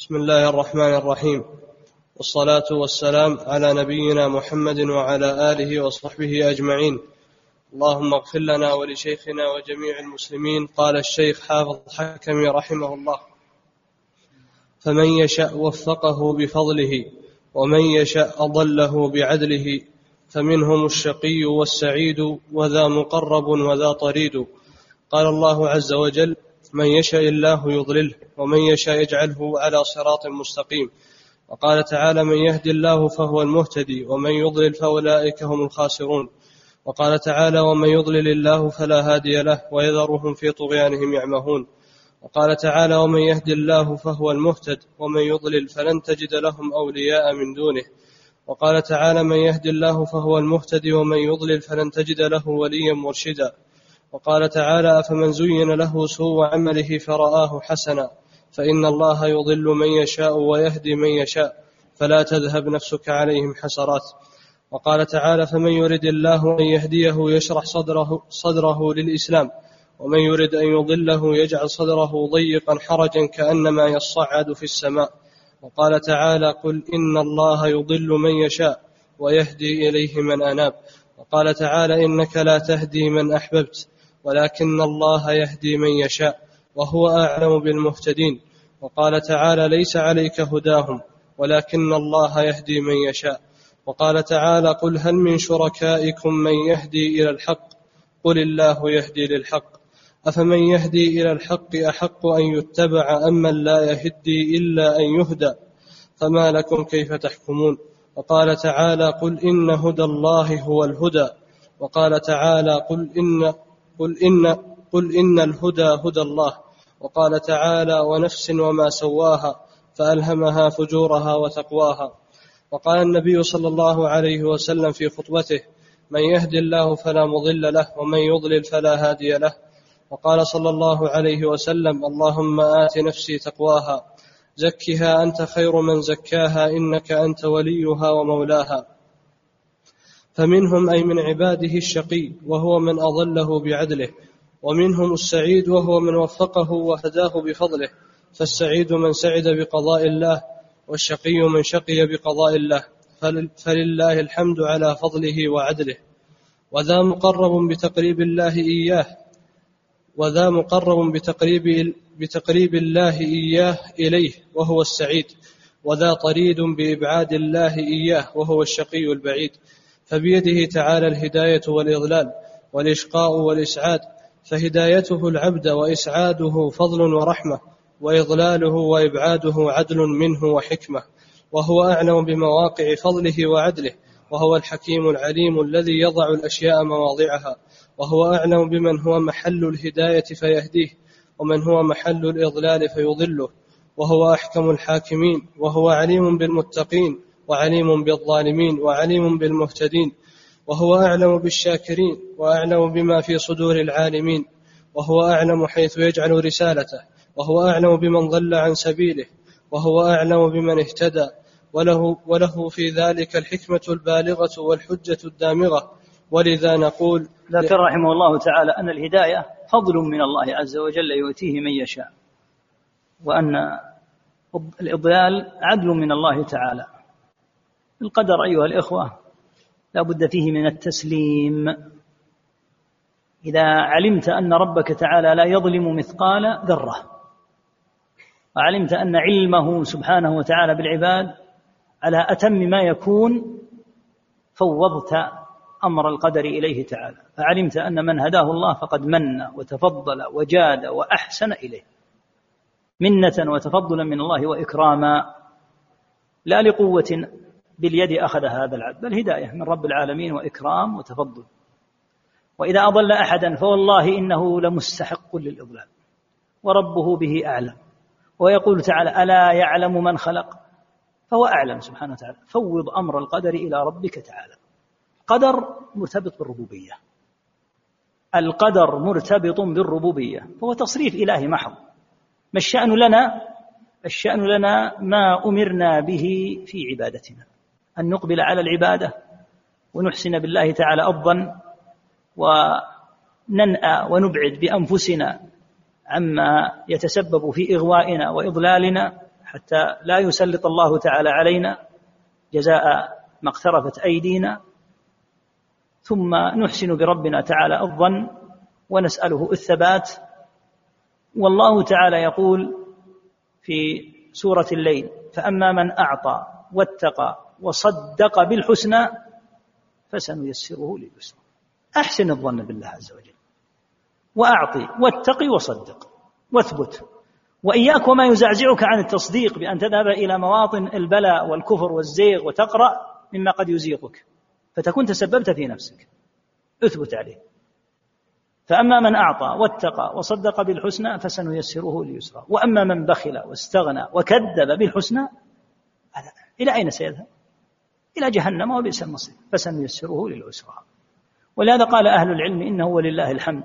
بسم الله الرحمن الرحيم، والصلاة والسلام على نبينا محمد وعلى آله وصحبه أجمعين. اللهم اغفر لنا ولشيخنا وجميع المسلمين. قال الشيخ حافظ حكمي رحمه الله: فمن يشاء وفقه بفضله، ومن يشاء أضله بعدله، فمنهم الشقي والسعيد، وذا مقرب وذا طريد. قال الله عز وجل: من يشاء الله يضلله، ومن يشاء يجعله على صراط مستقيم. وقال تعالى: من يهدي الله فهو المهتدي، ومن يضلل فأولئك هم الخاسرون. وقال تعالى: ومن يضلل الله فلا هادي له، ويذرهم في طغيانهم يعمهون. وقال تعالى: ومن يهدي الله فهو المهتد، ومن يضلل فلن تجد لهم أولياء من دونه. وقال تعالى: من يهدي الله فهو المهتدي، ومن يضلل فلن تجد له وليا مرشدا. وقال تعالى: أفمن زين له سوء عمله فرآه حسنا، فإن الله يضل من يشاء ويهدي من يشاء، فلا تذهب نفسك عليهم حسرات. وقال تعالى: فمن يرد الله أن يهديه يشرح صدره للإسلام، ومن يرد أن يضله يجعل صدره ضيقا حرجا كأنما يصعد في السماء. وقال تعالى: قل إن الله يضل من يشاء ويهدي إليه من أناب. وقال تعالى: إنك لا تهدي من أحببت، ولكن الله يهدي من يشاء، وهو أعلم بالمهتدين. وقال تعالى: ليس عليك هداهم، ولكن الله يهدي من يشاء. وقال تعالى: قل هل من شركائكم من يهدي إلى الحق؟ قل الله يهدي للحق. أفمن يهدي إلى الحق أحق أن يتبع أم من لا يهدي إلا أن يهدى؟ فما لكم كيف تحكمون؟ وقال تعالى: قل إن هدى الله هو الهدى. وقال تعالى: قل إن الهدى هدى الله. وقال تعالى: ونفس وما سواها فألهمها فجورها وتقواها. وقال النبي صلى الله عليه وسلم في خطبته: من يهدي الله فلا مضل له، ومن يضلل فلا هادي له. وقال صلى الله عليه وسلم: اللهم آت نفسي تقواها، زكها أنت خير من زكاها، إنك أنت وليها ومولاها. فمنهم أي من عباده الشقي، وهو من أضله بعدله، ومنهم السعيد، وهو من وفقه وهداه بفضله. فالسعيد من سعد بقضاء الله، والشقي من شقي بقضاء الله، فلله الحمد على فضله وعدله. وذا مقرب بتقريب الله إياه بتقريب الله إياه إليه، وهو السعيد. وذا طريد بإبعاد الله إياه، وهو الشقي البعيد. فبيده تعالى الهداية والإضلال والإشقاء والإسعاد، فهدايته العبد وإسعاده فضل ورحمة، وإضلاله وإبعاده عدل منه وحكمة. وهو أعلم بمواقع فضله وعدله، وهو الحكيم العليم الذي يضع الأشياء مواضعها. وهو أعلم بمن هو محل الهداية فيهديه، ومن هو محل الإضلال فيضله. وهو أحكم الحاكمين، وهو عليم بالمتقين، وعليم بالظالمين، وعليم بالمهتدين. وهو أعلم بالشاكرين، وأعلم بما في صدور العالمين. وهو أعلم حيث يجعل رسالته، وهو أعلم بمن ضل عن سبيله، وهو أعلم بمن اهتدى. وله في ذلك الحكمة البالغة والحجة الدامغة. ولذا نقول: ذكر رحمه الله تعالى أن الهداية فضل من الله عز وجل يؤتيه من يشاء، وأن الإضلال عدل من الله تعالى. القدر أيها الإخوة لا بد فيه من التسليم. إذا علمت أن ربك تعالى لا يظلم مثقال ذرة، وعلمت أن علمه سبحانه وتعالى بالعباد على أتم ما يكون، فوضت أمر القدر إليه تعالى، فعلمت أن من هداه الله فقد من وتفضل وجاد وأحسن إليه منة وتفضلا من الله وإكراما، لا لقوة باليد أخذ هذا العبد، بل هداية من رب العالمين وإكرام وتفضل. وإذا أضل أحدا فوالله إنه لمستحق للإضلال، وربه به أعلم. ويقول تعالى: ألا يعلم من خلق؟ فهو أعلم سبحانه وتعالى. فوض أمر القدر إلى ربك تعالى. القدر مرتبط بالربوبية، القدر مرتبط بالربوبية، فهو تصريف إلهي محض. ما الشأن لنا؟ الشأن لنا ما أمرنا به في عبادتنا، أن نقبل على العبادة ونحسن بالله تعالى الظن، وننأى ونبعد بأنفسنا عما يتسبب في إغوائنا وإضلالنا، حتى لا يسلط الله تعالى علينا جزاء ما اقترفت أيدينا، ثم نحسن بربنا تعالى الظن ونسأله الثبات. والله تعالى يقول في سورة الليل: فأما من أعطى واتقى وصدق بالحسنى فسنيسره لليسرى. أحسن الظن بالله عز وجل، وأعطي واتقي وصدق واثبت، وإياك وما يزعزعك عن التصديق بأن تذهب إلى مواطن البلاء والكفر والزيغ وتقرأ مما قد يزيغك فتكون تسببت في نفسك. اثبت عليه. فأما من أعطى واتقى وصدق بالحسنى فسنيسره لليسرى، وأما من بخل واستغنى وكذب بالحسنى إلى أين سيذهب؟ إلى جهنم وبئس المصير. فسنيسره للعسرى. ولهذا قال أهل العلم إنه ولله الحمد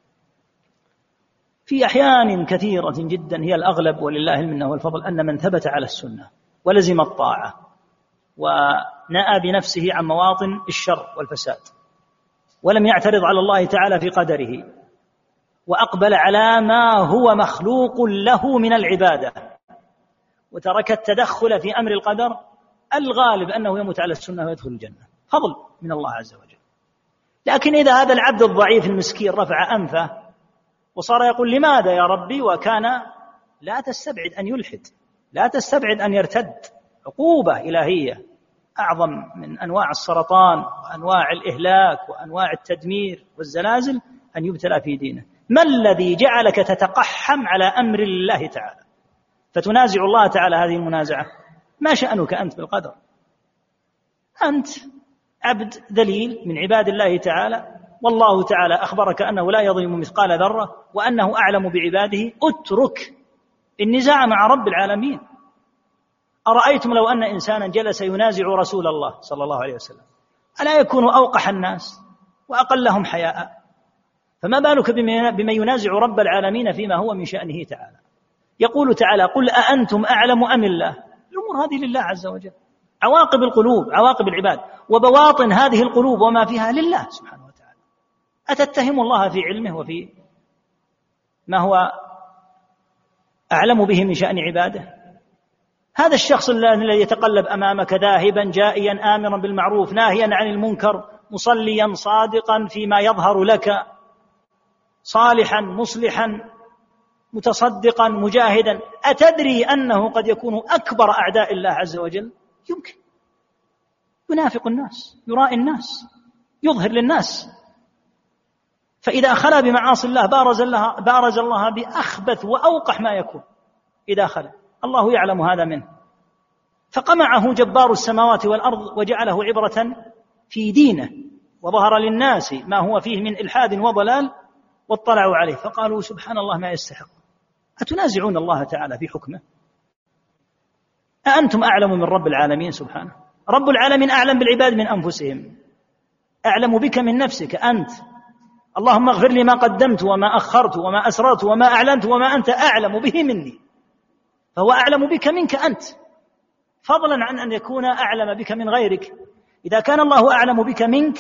في أحيان كثيرة جدا هي الأغلب ولله المنة والفضل، أن من ثبت على السنة ولزم الطاعة ونأى بنفسه عن مواطن الشر والفساد ولم يعترض على الله تعالى في قدره وأقبل على ما هو مخلوق له من العبادة وترك التدخل في أمر القدر، الغالب أنه يموت على السنة ويدخل الجنة، فضل من الله عز وجل. لكن إذا هذا العبد الضعيف المسكين رفع أنفه وصار يقول لماذا يا ربي، وكان لا تستبعد أن يلحد، لا تستبعد أن يرتد، عقوبة إلهية أعظم من أنواع السرطان وأنواع الإهلاك وأنواع التدمير والزلازل أن يبتلى في دينه. ما الذي جعلك تتقحم على أمر الله تعالى فتنازع الله تعالى هذه المنازعة؟ ما شأنك أنت بالقدر؟ أنت عبد ذليل من عباد الله تعالى، والله تعالى أخبرك أنه لا يظلم مثقال ذرة وأنه أعلم بعباده. اترك النزاع مع رب العالمين. أرأيتم لو أن إنسانا جلس ينازع رسول الله صلى الله عليه وسلم، ألا يكون أوقح الناس وأقلهم حياء؟ فما بالك بما ينازع رب العالمين فيما هو من شأنه تعالى. يقول تعالى: قل أأنتم أعلم أم الله؟ الأمور هذه لله عز وجل، عواقب القلوب، عواقب العباد وبواطن هذه القلوب وما فيها لله سبحانه وتعالى. أتتهم الله في علمه وفي ما هو أعلم به من شأن عباده؟ هذا الشخص الذي يتقلب أمامك ذاهبا جائيا آمرا بالمعروف ناهيا عن المنكر مصليا صادقا فيما يظهر لك صالحا مصلحا متصدقا مجاهدا، أتدري أنه قد يكون أكبر أعداء الله عز وجل؟ يمكن ينافق الناس، يرائي الناس، يظهر للناس. فإذا خلا بمعاصي الله بارز الله بأخبث وأوقح ما يكون إذا خلا، الله يعلم هذا منه. فقمعه جبار السماوات والأرض وجعله عبرة في دينه، وظهر للناس ما هو فيه من إلحاد وضلال واطلعوا عليه فقالوا سبحان الله ما يستحق. أتنازعون الله تعالى في حكمه؟ أأنتم أعلم من رب العالمين سبحانه؟ رب العالمين أعلم بالعباد من أنفسهم، أعلم بك من نفسك أنت. اللهم اغفر لي ما قدمت وما أخرت وما أسررت وما أعلنت وما أنت أعلم به مني، فهو أعلم بك منك أنت، فضلا عن أن يكون أعلم بك من غيرك. إذا كان الله أعلم بك منك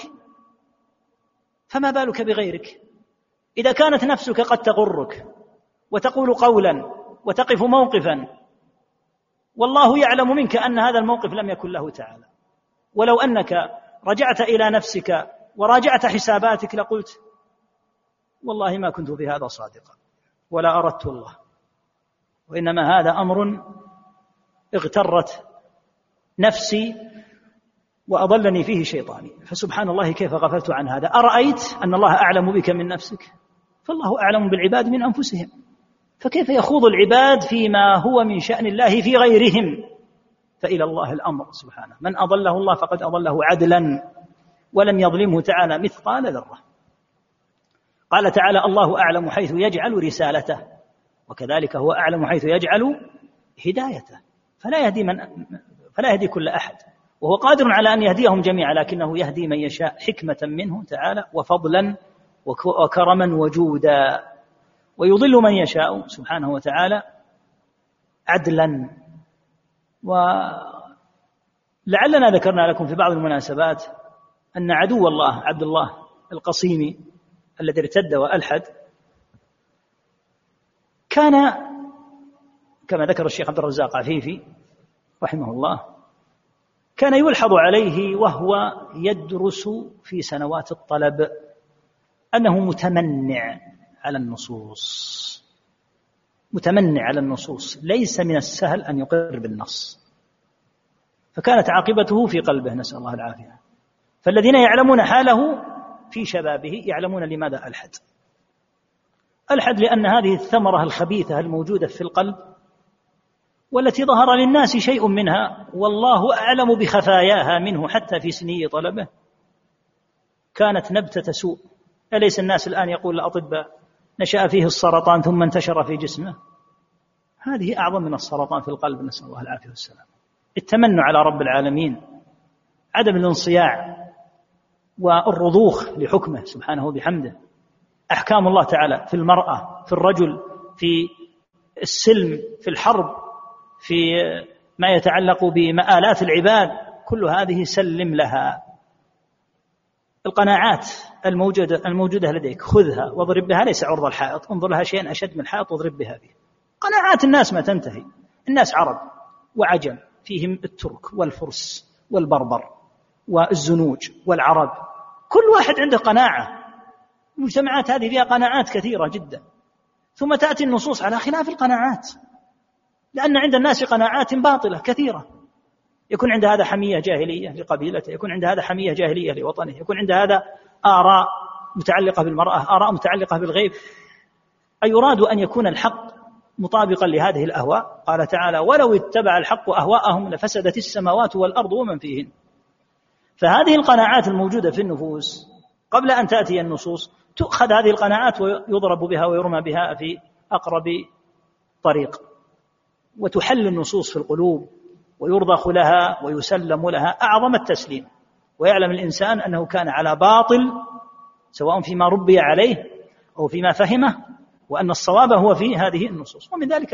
فما بالك بغيرك؟ إذا كانت نفسك قد تغرك وتقول قولا وتقف موقفا والله يعلم منك أن هذا الموقف لم يكن له تعالى، ولو أنك رجعت إلى نفسك وراجعت حساباتك لقلت والله ما كنت في هذا صادقا ولا أردت الله، وإنما هذا أمر اغترت نفسي وأضلني فيه شيطاني، فسبحان الله كيف غفلت عن هذا. أرأيت أن الله أعلم بك من نفسك؟ فالله أعلم بالعباد من أنفسهم، فكيف يخوض العباد فيما هو من شأن الله في غيرهم؟ فإلى الله الأمر سبحانه. من أضله الله فقد أضله عدلا ولم يظلمه تعالى مثقال ذرة. قال تعالى: الله أعلم حيث يجعل رسالته، وكذلك هو أعلم حيث يجعل هدايته، فلا يهدي كل أحد، وهو قادر على أن يهديهم جميعا، لكنه يهدي من يشاء حكمة منه تعالى وفضلا وكرما وجودا، ويضل من يشاء سبحانه وتعالى عدلا. ولعلنا ذكرنا لكم في بعض المناسبات أن عدو الله عبد الله القصيمي الذي ارتد وألحد كان كما ذكر الشيخ عبد الرزاق عفيفي رحمه الله، كان يلحظ عليه وهو يدرس في سنوات الطلب أنه متمنع على النصوص، متمنع على النصوص، ليس من السهل أن يقر بالنص، فكانت عاقبته في قلبه، نسأل الله العافية. فالذين يعلمون حاله في شبابه يعلمون لماذا ألحد. ألحد لأن هذه الثمرة الخبيثة الموجودة في القلب والتي ظهر للناس شيء منها والله أعلم بخفاياها منه حتى في سني طلبه، كانت نبتة سوء. أليس الناس الآن يقول الأطباء نشأ فيه السرطان ثم انتشر في جسمه؟ هذه أعظم من السرطان في القلب، نسأل الله العافية والسلام. التمنع على رب العالمين، عدم الانصياع والرضوخ لحكمه سبحانه وبحمده، أحكام الله تعالى في المرأة، في الرجل، في السلم، في الحرب، في ما يتعلق بمآلات العباد، كل هذه سلم لها. القناعات الموجودة لديك خذها واضرب بها، ليس عرض الحائط، انظر لها شيئا أشد من الحائط واضرب بها به. قناعات الناس ما تنتهي، الناس عرب وعجم، فيهم الترك والفرس والبربر والزنوج والعرب، كل واحد عنده قناعة. المجتمعات هذه فيها قناعات كثيرة جدا، ثم تأتي النصوص على خلاف القناعات، لأن عند الناس قناعات باطلة كثيرة. يكون عند هذا حمية جاهلية لقبيلته، يكون عند هذا حمية جاهلية لوطنه، يكون عند هذا آراء متعلقة بالمرأة، آراء متعلقة بالغيب. أيراد أن يكون الحق مطابقا لهذه الأهواء؟ قال تعالى ولو اتبع الحق أهواءهم لفسدت السماوات والأرض ومن فيهن. فهذه القناعات الموجودة في النفوس قبل أن تأتي النصوص تؤخذ هذه القناعات ويضرب بها ويرمى بها في أقرب طريق، وتحل النصوص في القلوب ويرضخ لها ويسلم لها أعظم التسليم، ويعلم الإنسان أنه كان على باطل سواء فيما ربي عليه أو فيما فهمه، وأن الصواب هو في هذه النصوص. ومن ذلك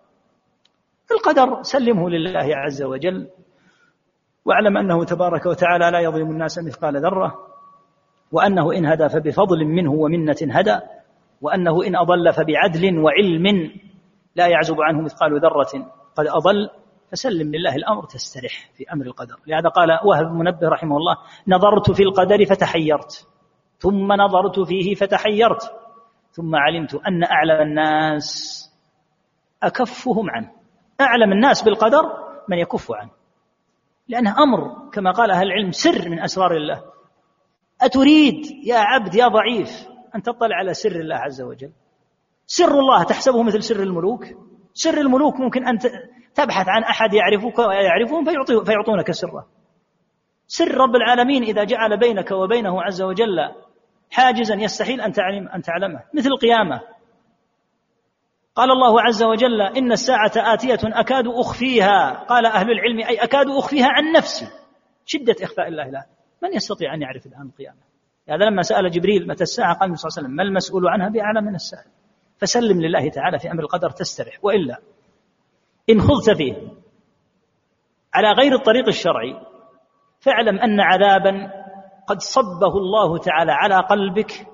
القدر سلمه لله عز وجل، واعلم أنه تبارك وتعالى لا يظلم الناس مثقال ذرة، وأنه إن هدى فبفضل منه ومنة هدى، وأنه إن أضل فبعدل وعلم لا يعزب عنه مثقال ذرة قد أضل. فسلم لله الأمر تسترح في أمر القدر. لهذا قال وهب منبه رحمه الله نظرت في القدر فتحيرت، ثم نظرت فيه فتحيرت، ثم علمت أن أعلم الناس أكفهم عنه. أعلم الناس بالقدر من يكف عنه، لأنه أمر كما قال أهل العلم سر من أسرار الله. أتريد يا عبد يا ضعيف أن تطلع على سر الله عز وجل؟ سر الله تحسبه مثل سر الملوك؟ سر الملوك ممكن أن تبحث عن أحد يعرفك ويعرفهم فيعطونك سره. سر رب العالمين إذا جعل بينك وبينه عز وجل حاجزا يستحيل أن تعلمه، مثل القيامة. قال الله عز وجل إن الساعة آتية أكاد أخفيها، قال أهل العلم أي أكاد أخفيها عن نفسي، شدة إخفاء الله لها. من يستطيع أن يعرف الآن القيامة؟ هذا لما سأل جبريل متى الساعة قال النبي صلى الله عليه وسلم ما المسؤول عنها بأعلم من السائل. فسلم لله تعالى في أمر القدر تسترح. وإلا إن خذت فيه على غير الطريق الشرعي فاعلم أن عذابا قد صبه الله تعالى على قلبك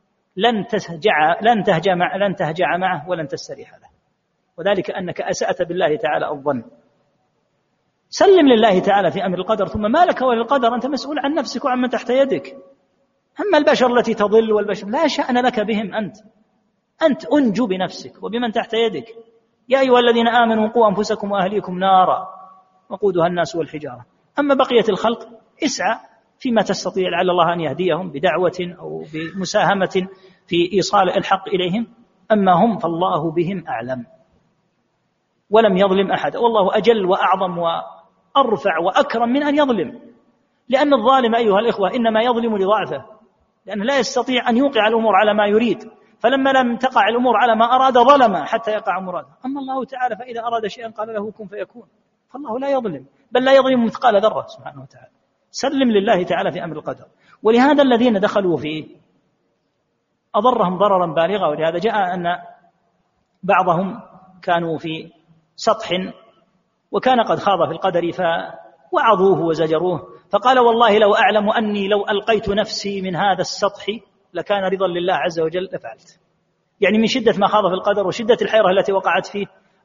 لن تهجع معه ولن تستريح له، وذلك أنك أسأت بالله تعالى الظن. سلم لله تعالى في أمر القدر، ثم ما لك وللقدر، أنت مسؤول عن نفسك وعن من تحت يدك. أما البشر التي تضل والبشر لا شأن لك بهم، أنت أنجو بنفسك وبمن تحت يدك. يا أيها الذين آمنوا قوا أنفسكم وأهليكم نارا وقودها الناس والحجارة. أما بقية الخلق اسعى فيما تستطيع لعل الله أن يهديهم بدعوة أو بمساهمة في إيصال الحق إليهم. أما هم فالله بهم أعلم ولم يظلم أحد، والله أجل وأعظم وأرفع وأكرم من أن يظلم. لأن الظالم أيها الإخوة إنما يظلم لضعفه، لأنه لا يستطيع أن يوقع الأمور على ما يريد، فلما لم تقع الأمور على ما أراد ظلم حتى يقع مراده. أما الله تعالى فإذا أراد شيئا قال له كن فيكون، فالله لا يظلم، بل لا يظلم مثقال ذرة سبحانه وتعالى. سلم لله تعالى في أمر القدر. ولهذا الذين دخلوا فيه أضرهم ضررا بالغا، ولهذا جاء أن بعضهم كانوا في سطح وكان قد خاض في القدر فوعظوه وزجروه، فقال والله لو أعلم أني لو ألقيت نفسي من هذا السطح لكان رضا لله عز وجل لفعلت. يعني من شدة ما خاض في القدر وشدة الحيرة التي وقعت فيه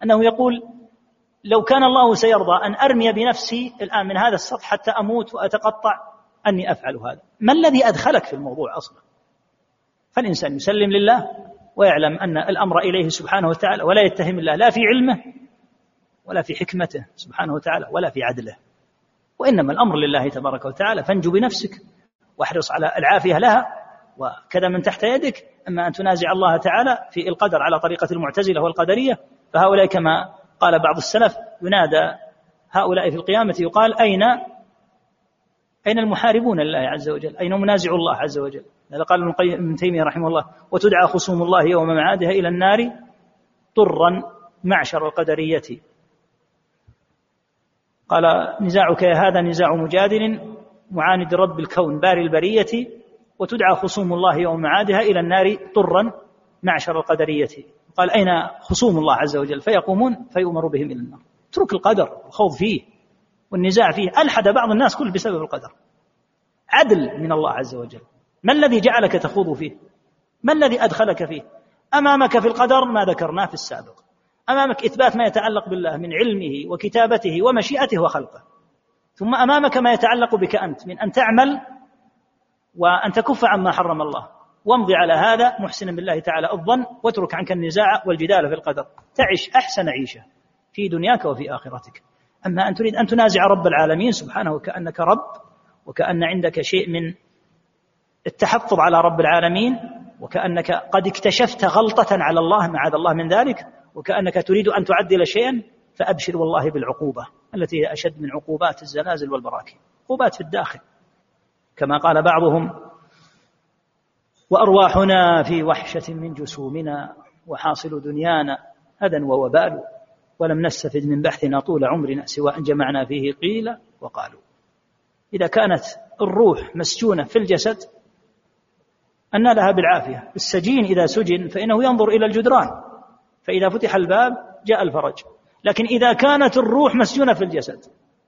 أنه يقول لو كان الله سيرضى أن أرمي بنفسي الآن من هذا السطح حتى أموت وأتقطع أني أفعل هذا. ما الذي أدخلك في الموضوع أصلا؟ فالإنسان يسلم لله ويعلم أن الأمر إليه سبحانه وتعالى، ولا يتهم الله لا في علمه ولا في حكمته سبحانه وتعالى ولا في عدله، وإنما الأمر لله تبارك وتعالى. فانجو بنفسك واحرص على العافية لها وكذا من تحت يدك. أما أن تنازع الله تعالى في القدر على طريقة المعتزلة والقدرية، فهؤلاء كما قال بعض السلف ينادى هؤلاء في القيامة يقال أين المحاربون لله عز وجل، أين منازع الله عز وجل. هذا قال ابن تيمية رحمه الله: وتدعى خصوم الله يوم معادها إلى النار طرا معشر القدرية. قال: نزاعك يا هذا نزاع مجادل معاند رب الكون باري البرية، وتدعى خصوم الله يوم معادها إلى النار طرا معشر القدرية. قال: أين خصوم الله عز وجل؟ فيقومون فيؤمر بهم إلى النار. اترك القدر الخوض فيه والنزاع فيه. ألحد بعض الناس كله بسبب القدر. عدل من الله عز وجل. ما الذي جعلك تخوض فيه؟ ما الذي أدخلك فيه؟ أمامك في القدر ما ذكرناه في السابق، أمامك إثبات ما يتعلق بالله من علمه وكتابته ومشيئته وخلقه، ثم أمامك ما يتعلق بك أنت من أن تعمل وأن تكف عما حرم الله، وامضي على هذا محسنا بالله تعالى الظن، واترك عنك النزاع والجدال في القدر، تعيش أحسن عيشة في دنياك وفي آخرتك. أما أن تريد أن تنازع رب العالمين سبحانه وكأنك رب، وكأن عندك شيء من التحفظ على رب العالمين، وكأنك قد اكتشفت غلطة على الله معاذ الله من ذلك، وكأنك تريد أن تعدل شيئا، فأبشر والله بالعقوبة التي هي أشد من عقوبات الزلازل والبراكين، عقوبات في الداخل. كما قال بعضهم: وأرواحنا في وحشة من جسومنا، وحاصل دنيانا أذى ووبال، ولم نستفد من بحثنا طول عمرنا سوى أن جمعنا فيه قيل وقالوا. إذا كانت الروح مسجونة في الجسد أن لها بالعافية. السجين إذا سجن فإنه ينظر إلى الجدران، فإذا فتح الباب جاء الفرج. لكن إذا كانت الروح مسجونة في الجسد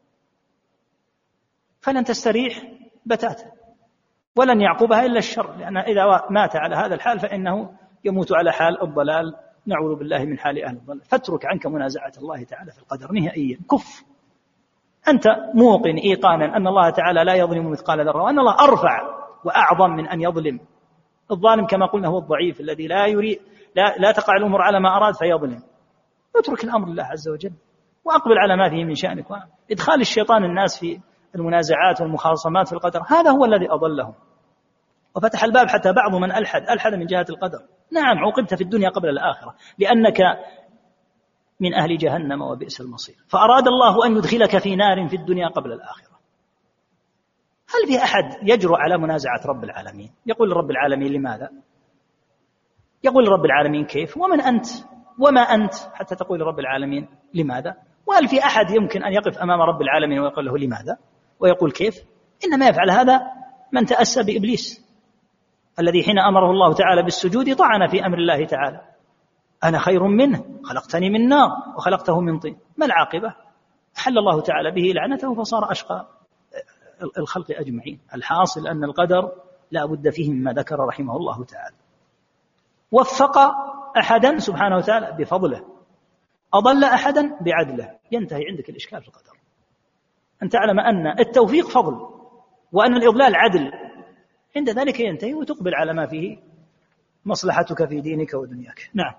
فلن تستريح بتاتا، ولن يعقبها إلا الشر، لأن إذا مات على هذا الحال فإنه يموت على حال الضلال، نعوذ بالله من حال أهل الضلال. فاترك عنك منازعة الله تعالى في القدر نهائيا، كف. أنت موقن إيقانا أن الله تعالى لا يظلم مثقال ذرة، وأن الله أرفع وأعظم من أن يظلم. الظالم كما قلنا هو الضعيف الذي لا تقع الأمور على ما أراد فيظلم. اترك الأمر لله عز وجل وأقبل على ما فيه من شأنك. إدخال الشيطان الناس في المنازعات والمخاصمات في القدر هذا هو الذي أضلهم وفتح الباب حتى بعض من ألحد من جهة القدر. نعم، عوقبت في الدنيا قبل الآخرة لأنك من أهل جهنم وبئس المصير، فأراد الله أن يدخلك في نار في الدنيا قبل الآخرة. هل في أحد يجرؤ على منازعة رب العالمين؟ يقول رب العالمين لماذا؟ يقول رب العالمين كيف؟ ومن أنت وما أنت حتى تقول رب العالمين لماذا؟ وهل في أحد يمكن أن يقف أمام رب العالمين ويقول له لماذا ويقول كيف؟ إنما يفعل هذا من تأسى بإبليس الذي حين أمره الله تعالى بالسجود طعن في أمر الله تعالى: أنا خير منه، خلقتني من نار وخلقته من طين. ما العاقبة؟ أحل الله تعالى به لعنته فصار أشقى الخلق أجمعين. الحاصل أن القدر لا بد فيه مما ذكر رحمه الله تعالى. وفق أحدا سبحانه وتعالى بفضله، أضل أحدا بعدله. ينتهي عندك الإشكال في القدر، أن تعلم أن التوفيق فضل وأن الإضلال عدل. عند ذلك ينتهي وتقبل على ما فيه مصلحتك في دينك ودنياك. نعم.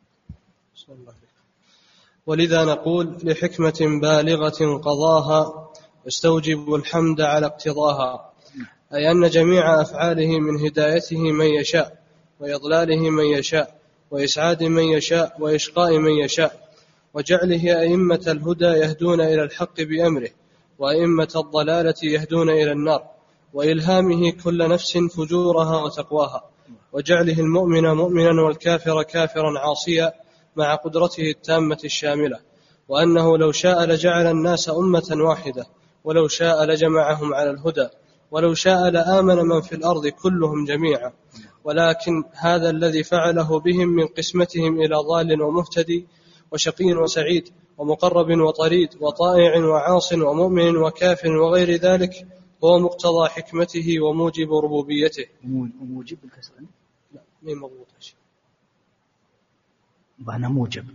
ولذا نقول: لحكمة بالغة قضاها يستوجب الحمد على اقتضاها، أي أن جميع أفعاله من هدايته من يشاء وإضلاله من يشاء وإسعاد من يشاء وإشقاء من يشاء، وجعله أئمة الهدى يهدون إلى الحق بأمره، وأئمة الضلالة يهدون إلى النار، وإلهامه كل نفس فجورها وتقواها، وجعله المؤمن مؤمنا والكافر كافرا عاصيا مع قدرته التامة الشاملة، وأنه لو شاء لجعل الناس أمة واحدة، ولو شاء لجمعهم على الهدى، ولو شاء لآمن من في الأرض كلهم جميعا، ولكن هذا الذي فعله بهم من قسمتهم إلى ضال ومهتدي وشقي وسعيد ومقرب وطريد وطائع وعاص ومؤمن وكافر وغير ذلك هو مقتضى حكمته وموجب ربوبيته. موجب الكسر؟ لا، مين مضبوط؟ أنا موجب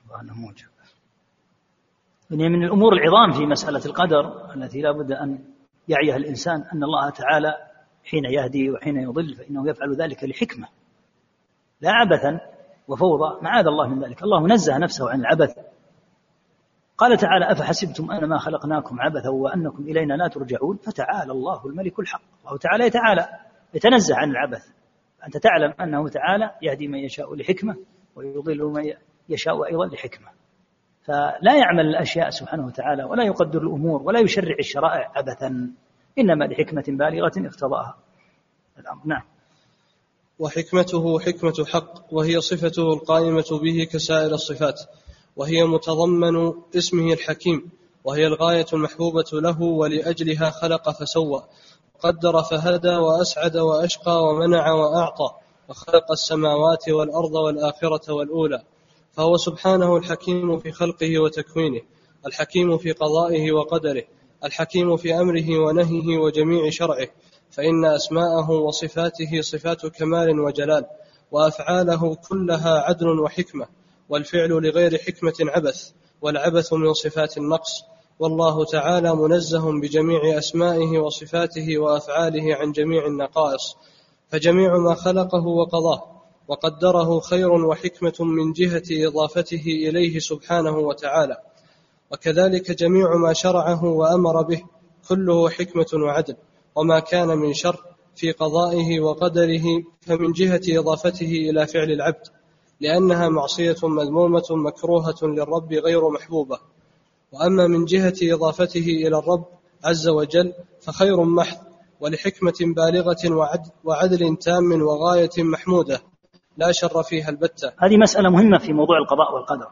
وأنه موجب. من الأمور العظام في مسألة القدر التي لا بد أن يعيها الإنسان أن الله تعالى حين يهدي وحين يضل فإنه يفعل ذلك لحكمة لا عبثا وفوضى، معاذ الله من ذلك. الله نزه نفسه عن العبث. قال تعالى: أفحسبتم أنما خلقناكم عبثا وأنكم إلينا لا ترجعون فتعالى الله الملك الحق. الله تعالى يتنزه عن العبث. أنت تعلم أنه تعالى يهدي من يشاء لحكمة ويضل من يشاء أيضا لحكمة، فلا يعمل الأشياء سبحانه وتعالى ولا يقدر الأمور ولا يشرع الشرائع عبثا، إنما لحكمة بالغة اقتضاها الأمر. نعم. وحكمته حكمة حق، وهي صفته القائمة به كسائر الصفات، وهي متضمن اسمه الحكيم، وهي الغاية المحبوبة له، ولأجلها خلق فسوى، قدر فهدى، وأسعد وأشقى، ومنع وأعطى، وخلق السماوات والأرض والآخرة والأولى. فهو سبحانه الحكيم في خلقه وتكوينه، الحكيم في قضائه وقدره، الحكيم في أمره ونهيه وجميع شرعه، فإن أسماءه وصفاته صفات كمال وجلال، وأفعاله كلها عدل وحكمة، والفعل لغير حكمة عبث، والعبث من صفات النقص. والله تعالى منزه بجميع أسمائه وصفاته وأفعاله عن جميع النقائص، فجميع ما خلقه وقضاه وقدره خير وحكمة من جهة إضافته إليه سبحانه وتعالى، وكذلك جميع ما شرعه وأمر به كله حكمة وعدل، وما كان من شر في قضائه وقدره فمن جهة إضافته إلى فعل العبد، لأنها معصية مذمومة مكروهة للرب غير محبوبة. وأما من جهة إضافته إلى الرب عز وجل فخير محض، ولحكمة بالغة وعدل تام وغاية محمودة لا شر فيها البتة. هذه مسألة مهمة في موضوع القضاء والقدر،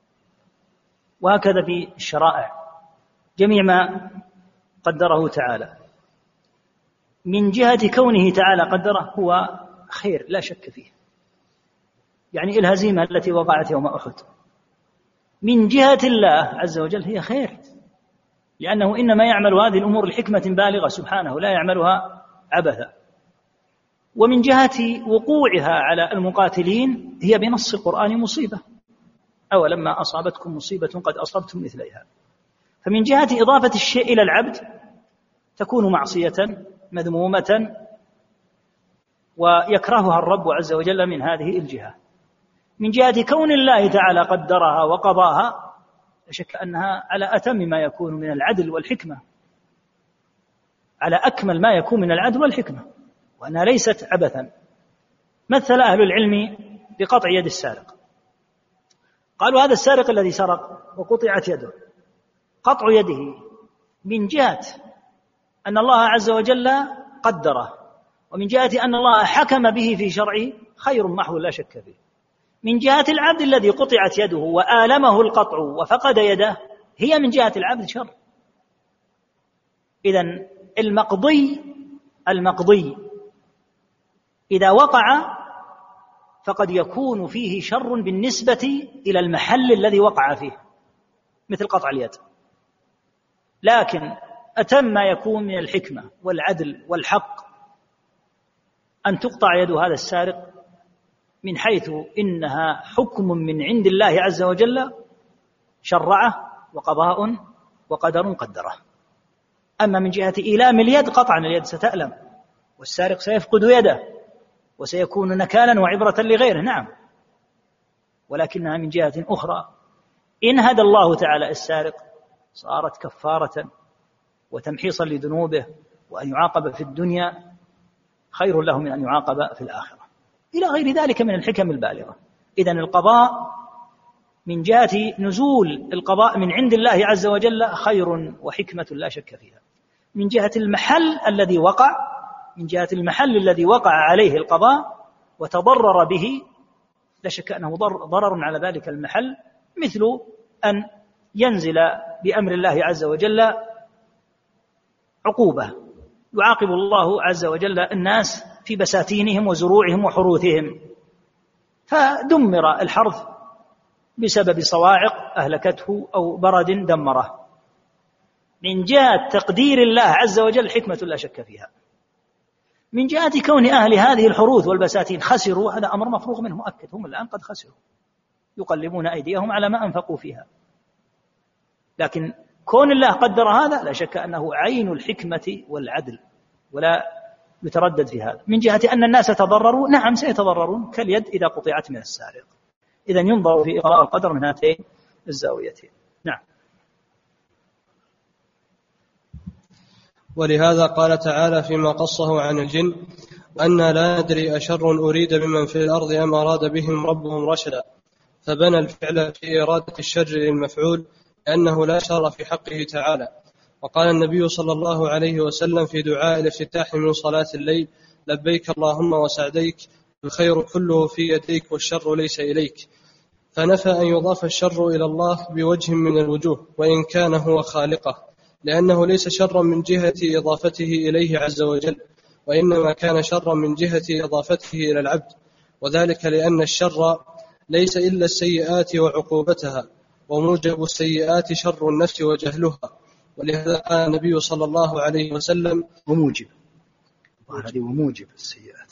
وهكذا في الشرائع. جميع ما قدره تعالى من جهة كونه تعالى قدره هو خير لا شك فيه، يعني الهزيمة التي وقعت يوم أحد من جهة الله عز وجل هي خير، لأنه إنما يعمل هذه الأمور لحكمة بالغة سبحانه لا يعملها عبثا. ومن جهة وقوعها على المقاتلين هي بنص القرآن مصيبة، أولما أصابتكم مصيبة قد أصبتم مثليها. فمن جهة إضافة الشيء إلى العبد تكون معصية مذمومة ويكرهها الرب عز وجل من هذه الجهة. من جهة كون الله تعالى قدرها وقضاها لا شك أنها على أتم ما يكون من العدل والحكمة، على أكمل ما يكون من العدل والحكمة، وأنها ليست عبثا. مثل أهل العلم بقطع يد السارق، قالوا هذا السارق الذي سرق وقطعت يده، قطع يده من جهة أن الله عز وجل قدره، ومن جهة أن الله حكم به في شرعه خير محض لا شك فيه. من جهة العبد الذي قطعت يده وآلمه القطع وفقد يده هي من جهة العبد شر. إذن المقضي إذا وقع فقد يكون فيه شر بالنسبة إلى المحل الذي وقع فيه، مثل قطع اليد. لكن أتم ما يكون من الحكمة والعدل والحق أن تقطع يد هذا السارق من حيث إنها حكم من عند الله عز وجل شرعه وقضاء وقدر قدره. أما من جهة إيلام اليد قطعا اليد ستألم والسارق سيفقد يده وسيكون نكالا وعبرة لغيره، نعم، ولكنها من جهة أخرى إن هدى الله تعالى السارق صارت كفارة وتمحيصا لذنوبه، وأن يعاقب في الدنيا خير له من أن يعاقب في الآخرة، إلى غير ذلك من الحكم البالغة. إذن القضاء من جهة نزول القضاء من عند الله عز وجل خير وحكمة لا شك فيها. من جهة المحل الذي وقع، من جهة المحل الذي وقع عليه القضاء وتضرر به لا شك أنه ضرر على ذلك المحل، مثل أن ينزل بأمر الله عز وجل عقوبة يعاقب الله عز وجل الناس في بساتينهم وزروعهم وحروثهم، فدمر الحرث بسبب صواعق أهلكته أو برد دمره. من جهة تقدير الله عز وجل حكمة لا شك فيها. من جهة كون أهل هذه الحروث والبساتين خسروا، هذا أمر مفروغ منه مؤكد، هم الآن قد خسروا يقلبون أيديهم على ما أنفقوا فيها. لكن كون الله قدر هذا لا شك أنه عين الحكمة والعدل، ولا يتردد في هذا. من جهة أن الناس تضرروا، نعم سيتضررون كاليد إذا قطعت من السارق. إذن ينظر في إقراء القدر من هاتين الزاويتين. نعم. ولهذا قال تعالى فيما قصه عن الجن: وأنا لا ندري أشر أريد بمن في الأرض أم أراد بهم ربهم رشدا، فبنى الفعل في إرادة الشر للمفعول لأنه لا شر في حقه تعالى. وقال النبي صلى الله عليه وسلم في دعاء الافتتاح من صلاة الليل: لبيك اللهم وسعديك، الخير كله في يديك والشر ليس إليك. فنفى أن يضاف الشر إلى الله بوجه من الوجوه وإن كان هو خالقه، لأنه ليس شرا من جهة إضافته إليه عز وجل، وإنما كان شرا من جهة إضافته إلى العبد، وذلك لأن الشر ليس إلا السيئات وعقوبتها، وموجب السيئات شر النفس وجهلها. ولهذا قال النبي صلى الله عليه وسلم: وموجب السيئات.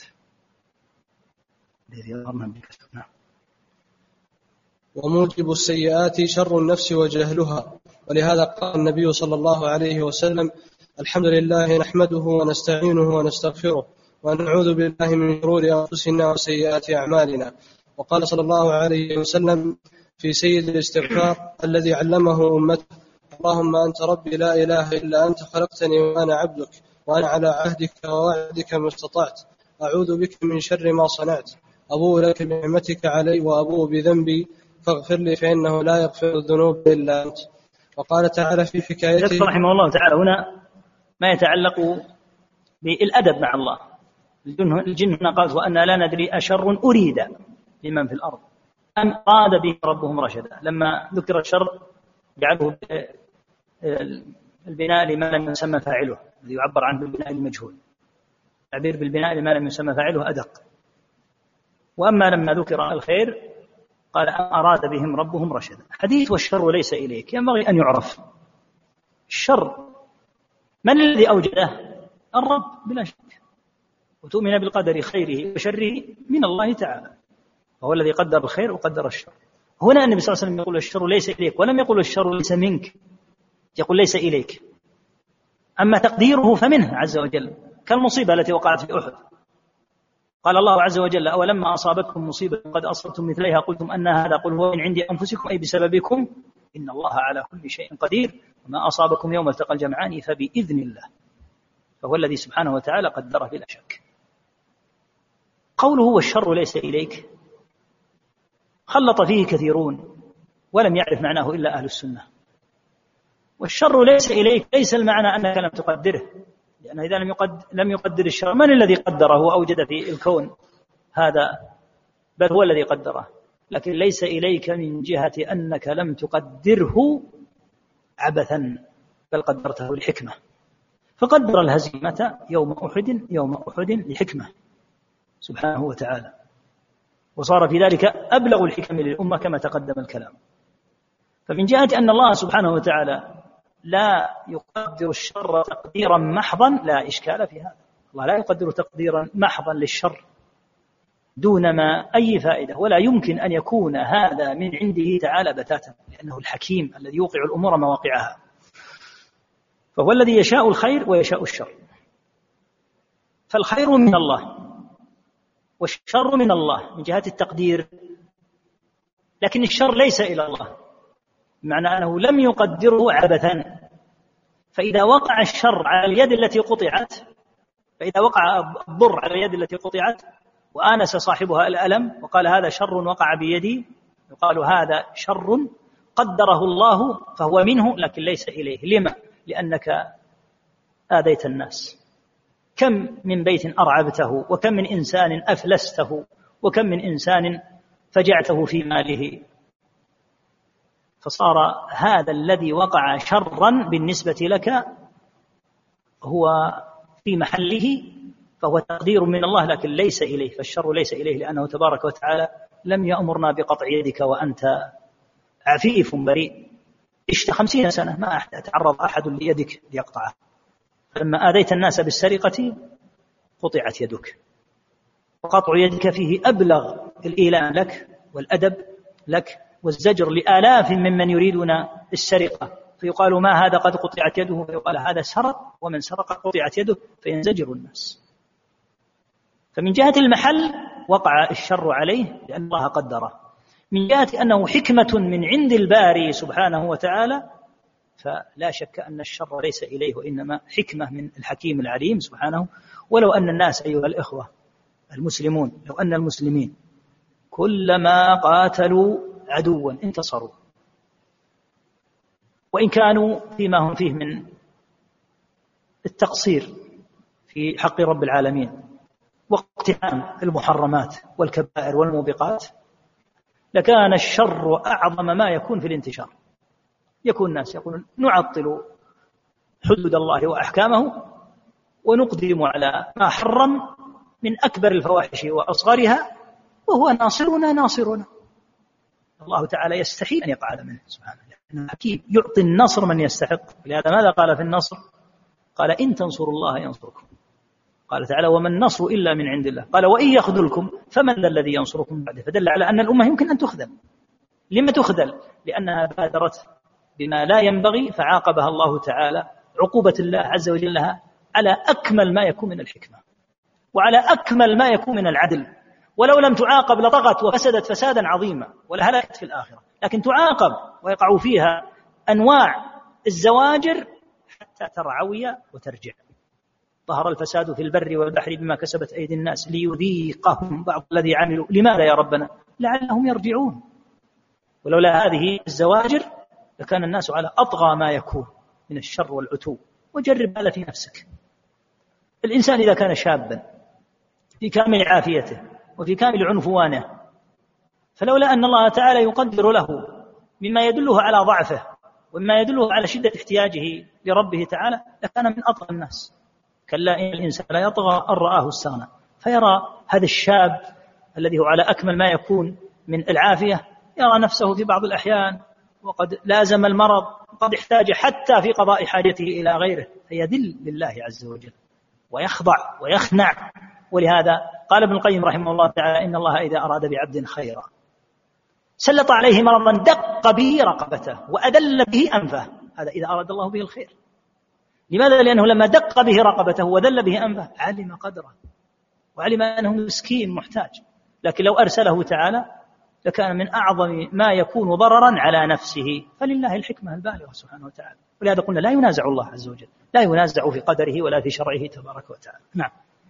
وموجب السيئات شر النفس وجهلها. ولهذا قال النبي صلى الله عليه وسلم: الحمد لله نحمده ونستعينه ونستغفره ونعوذ بالله من شرور أنفسنا وسيئات أعمالنا. وقال صلى الله عليه وسلم في سيد الاستغفار الذي علمه أمته: اللهم أنت ربي لا إله إلا أنت، خلقتني وأنا عبدك، وأنا على عهدك ووعدك ما استطعت، أعوذ بك من شر ما صنعت، أبوء لك بنعمتك علي وأبوء بذنبي فاغفر لي فإنه لا يغفر الذنوب إلا أنت. وقال تعالى في حكايته رحمه الله تعالى هنا ما يتعلق بالأدب مع الله. الجن هنا قال: وأنا لا ندري أشر أريد بمن في الأرض أم أراد به ربهم رشدا. لما ذكر الشر جعله البناء لما لم يسمى فاعله، الذي يعبر عنه بالبناء المجهول. تعبير بالبناء لما لم يسمى فاعله أدق. وأما لما ذكر الخير قال: أم أراد بهم ربهم رشدا. حديث والشر ليس إليك ينبغي أن يعرف. الشر من الذي أوجده؟ الرب بلا شك. وتؤمن بالقدر خيره وشره من الله تعالى، وهو الذي قدر الخير وقدر الشر. هنا النبي صلى الله عليه وسلم يقول: الشر ليس إليك، ولم يقول الشر ليس منك، يقول ليس إليك. أما تقديره فمنه عز وجل، كالمصيبة التي وقعت في أحد. قال الله عز وجل: أولما أصابتكم مصيبة قد أصبتم مثليها قلتم أن هذا، قل هو من عند أنفسكم أي بسببكم، إن الله على كل شيء قدير، وما أصابكم يوم التقى الجمعان فبإذن الله. فهو الذي سبحانه وتعالى قدره بلا شك. قوله والشر ليس إليك خلط فيه كثيرون ولم يعرف معناه إلا أهل السنة. والشر ليس إليك ليس المعنى أنك لم تقدره، لأنه إذا لم يقدر الشر، من الذي قدره وأوجد في الكون هذا؟ بل هو الذي قدره. لكن ليس إليك من جهة أنك لم تقدره عبثا، بل قدرته لحكمة. فقدر الهزيمة يوم أحد لحكمة سبحانه وتعالى، وصار في ذلك أبلغ الحكم للأمة كما تقدم الكلام. فمن جهة أن الله سبحانه وتعالى لا يقدر الشر تقديرا محضا لا إشكال في هذا. الله لا يقدر تقديرا محضا للشر دون ما أي فائدة، ولا يمكن أن يكون هذا من عنده تعالى بتاتا، لأنه الحكيم الذي يوقع الأمور مواقعها. فهو الذي يشاء الخير ويشاء الشر. فالخير من الله والشر من الله من جهة التقدير، لكن الشر ليس إلى الله، بمعنى أنه لم يقدره عبثا. فإذا وقع الشر على اليد التي قطعت، فإذا وقع الضر على اليد التي قطعت وآنس صاحبها الألم وقال هذا شر وقع بيدي، يقال هذا شر قدره الله فهو منه لكن ليس إليه. لما؟ لأنك آذيت الناس. كم من بيت أرعبته، وكم من إنسان أفلسته، وكم من إنسان فجعته في ماله. فصار هذا الذي وقع شرا بالنسبة لك هو في محله، فهو تقدير من الله لكن ليس إليه. فالشر ليس إليه لأنه تبارك وتعالى لم يأمرنا بقطع يدك وأنت عفيف بريء. عشت 50 سنة ما تعرض أحد ليدك ليقطعه. لما آذيت الناس بالسرقة قطعت يدك، وقطع يدك فيه أبلغ الإيلام لك والأدب لك والزجر لآلاف ممن يريدون السرقة، فيقال ما هذا قد قطعت يده، فيقال هذا سرق، ومن سرق قطعت يده، فينزجر الناس. فمن جهة المحل وقع الشر عليه لأن الله قدره، من جهة أنه حكمة من عند الباري سبحانه وتعالى، فلا شك أن الشر ليس إليه، وإنما حكمة من الحكيم العليم سبحانه. ولو أن الناس أيها الإخوة المسلمون، لو أن المسلمين كلما قاتلوا عدوا انتصروا، وإن كانوا فيما هم فيه من التقصير في حق رب العالمين واقتحام المحرمات والكبائر والموبقات، لكان الشر أعظم ما يكون في الانتشار. يكون الناس يقولون نعطل حدود الله وأحكامه ونقدم على ما حرم من أكبر الفواحش وأصغرها، وهو ناصرنا. الله تعالى يستحيل أن يقعد منه سبحانه، لأنه حكيم يعطي النصر من يستحق. لهذا ماذا قال في النصر؟ قال إن تنصروا الله ينصركم. قال تعالى وما النصر إلا من عند الله. قال وإن يخذلكم فمن ذا الذي ينصركم بعده. فدل على أن الأمة يمكن أن تخذل. لما تخذل؟ لأنها بادرت بما لا ينبغي، فعاقبها الله تعالى عقوبة الله عز وجل لها على أكمل ما يكون من الحكمة، وعلى أكمل ما يكون من العدل. ولو لم تعاقب لطغت وفسدت فسادا عظيما ولهلكت في الآخرة، لكن تعاقب ويقع فيها أنواع الزواجر حتى ترعوي وترجع. ظهر الفساد في البر والبحر بما كسبت أيدي الناس ليذيقهم بعض الذي عملوا. لماذا يا ربنا؟ لعلهم يرجعون. ولولا هذه الزواجر لكان الناس على أطغى ما يكون من الشر والعتو. وجرب هذا في نفسك. الإنسان إذا كان شابا في كامل عافيته وفي كامل عنفوانه، فلولا أن الله تعالى يقدر له مما يدله على ضعفه ومما يدله على شدة احتياجه لربه تعالى لكان من أطغى الناس. كلا إن الإنسان لا يطغى أن رآه استغنى. فيرى هذا الشاب الذي هو على أكمل ما يكون من العافية، يرى نفسه في بعض الأحيان وقد لازم المرض، وقد احتاج حتى في قضاء حاجته إلى غيره، فيذل لله عز وجل ويخضع ويخنع. ولهذا قال ابن القيم رحمه الله تعالى إن الله إذا أراد بعبد خيرا سلط عليه مرضا دق به رقبته وأدل به أنفه. هذا إذا أراد الله به الخير. لماذا؟ لأنه لما دق به رقبته وذل به أنفه علم قدره وعلم أنه مسكين محتاج. لكن لو أرسله تعالى لكان من أعظم ما يكون ضررا على نفسه. فلله الحكمة البالغة سبحانه وتعالى. ولهذا قلنا لا ينازع الله عز وجل، لا ينازع في قدره ولا في شرعه تبارك وتعالى. نعم.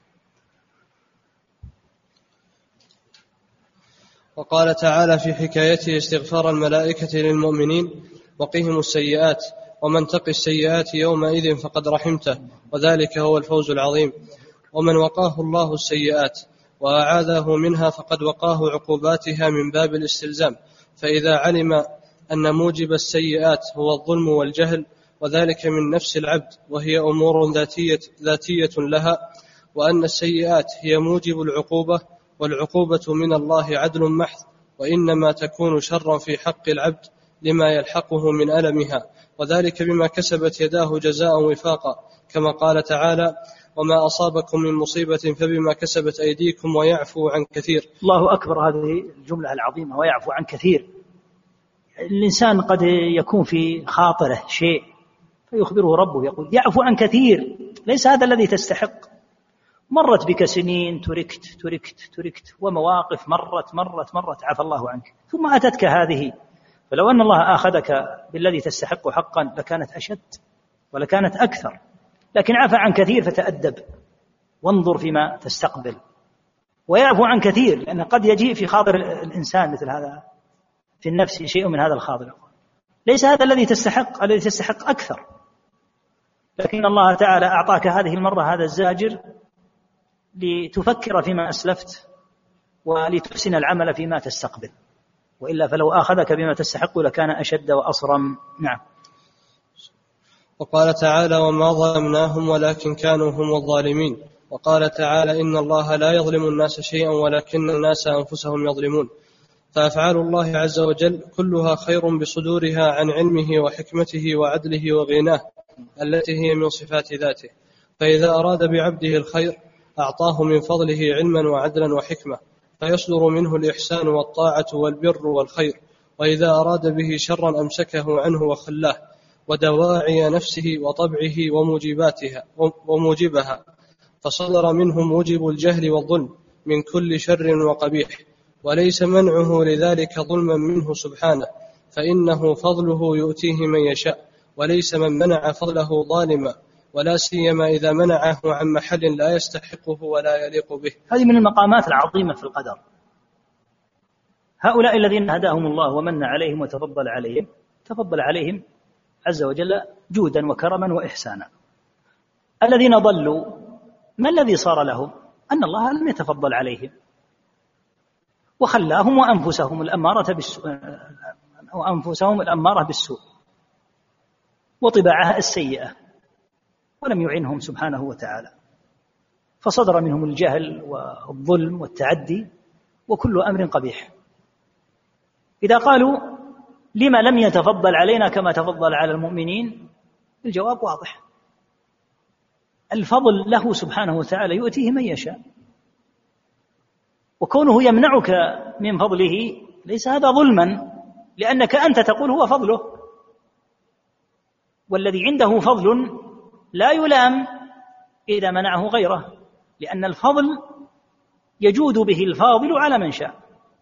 وقال تعالى في حكايته استغفار الملائكة للمؤمنين وقهم السيئات ومن تق السيئات يومئذ فقد رحمته وذلك هو الفوز العظيم. ومن وقاه الله السيئات وأعاذه منها فقد وقاه عقوباتها من باب الاستلزام. فإذا علم أن موجب السيئات هو الظلم والجهل وذلك من نفس العبد وهي أمور ذاتية لها، وأن السيئات هي موجب العقوبة والعقوبة من الله عدل محض، وإنما تكون شرا في حق العبد لما يلحقه من ألمها، وذلك بما كسبت يداه جزاء وفاقا، كما قال تعالى وما أصابكم من مصيبة فبما كسبت أيديكم ويعفو عن كثير. الله أكبر. هذه الجملة العظيمة ويعفو عن كثير. الإنسان قد يكون في خاطره شيء فيخبره ربه يقول يعفو عن كثير، ليس هذا الذي تستحق. مرت بك سنين تركت ومواقف مرت عفى الله عنك، ثم أتتك هذه. فلو أن الله آخذك بالذي تستحق حقا لكانت أشد ولكانت أكثر، لكن عفى عن كثير فتأدب وانظر فيما تستقبل. ويعفو عن كثير لأن قد يجيء في خاطر الإنسان مثل هذا في النفس شيء من هذا الخاطر، ليس هذا الذي تستحق، الذي تستحق أكثر، لكن الله تعالى أعطاك هذه المرة هذا الزاجر لتفكر فيما أسلفت ولتحسن العمل فيما تستقبل، وإلا فلو آخذك بما تستحق لكان أشد وأصرم. نعم. وقال تعالى وما ظلمناهم ولكن كانوا هم الظالمين. وقال تعالى إن الله لا يظلم الناس شيئا ولكن الناس أنفسهم يظلمون. فأفعال الله عز وجل كلها خير بصدورها عن علمه وحكمته وعدله وغناه التي هي من صفات ذاته. فإذا أراد بعبده الخير أعطاه من فضله علما وعدلا وحكمة، فيصدر منه الإحسان والطاعة والبر والخير، وإذا أراد به شرا أمسكه عنه وخلاه، ودواعي نفسه وطبعه وموجبها، فصدر منه موجب الجهل والظلم من كل شر وقبيح، وليس منعه لذلك ظلما منه سبحانه، فإنه فضله يؤتيه من يشاء، وليس من منع فضله ظالما، ولا سيما إذا منعه عن محل لا يستحقه ولا يليق به. هذه من المقامات العظيمة في القدر. هؤلاء الذين هداهم الله ومن عليهم وتفضل عليهم، تفضل عليهم عز وجل جودا وكرما وإحسانا. الذين ضلوا ما الذي صار لهم؟ أن الله لم يتفضل عليهم وخلاهم وأنفسهم الأمارة بالسوء وطباعها السيئة، ولم يعنهم سبحانه وتعالى، فصدر منهم الجهل والظلم والتعدي وكل أمر قبيح. إذا قالوا لما لم يتفضل علينا كما تفضل على المؤمنين، الجواب واضح: الفضل له سبحانه وتعالى يؤتيه من يشاء، وكونه يمنعك من فضله ليس هذا ظلما، لأنك أنت تقول هو فضله، والذي عنده فضل لا يلام إذا منعه غيره، لأن الفضل يجود به الفاضل على من شاء.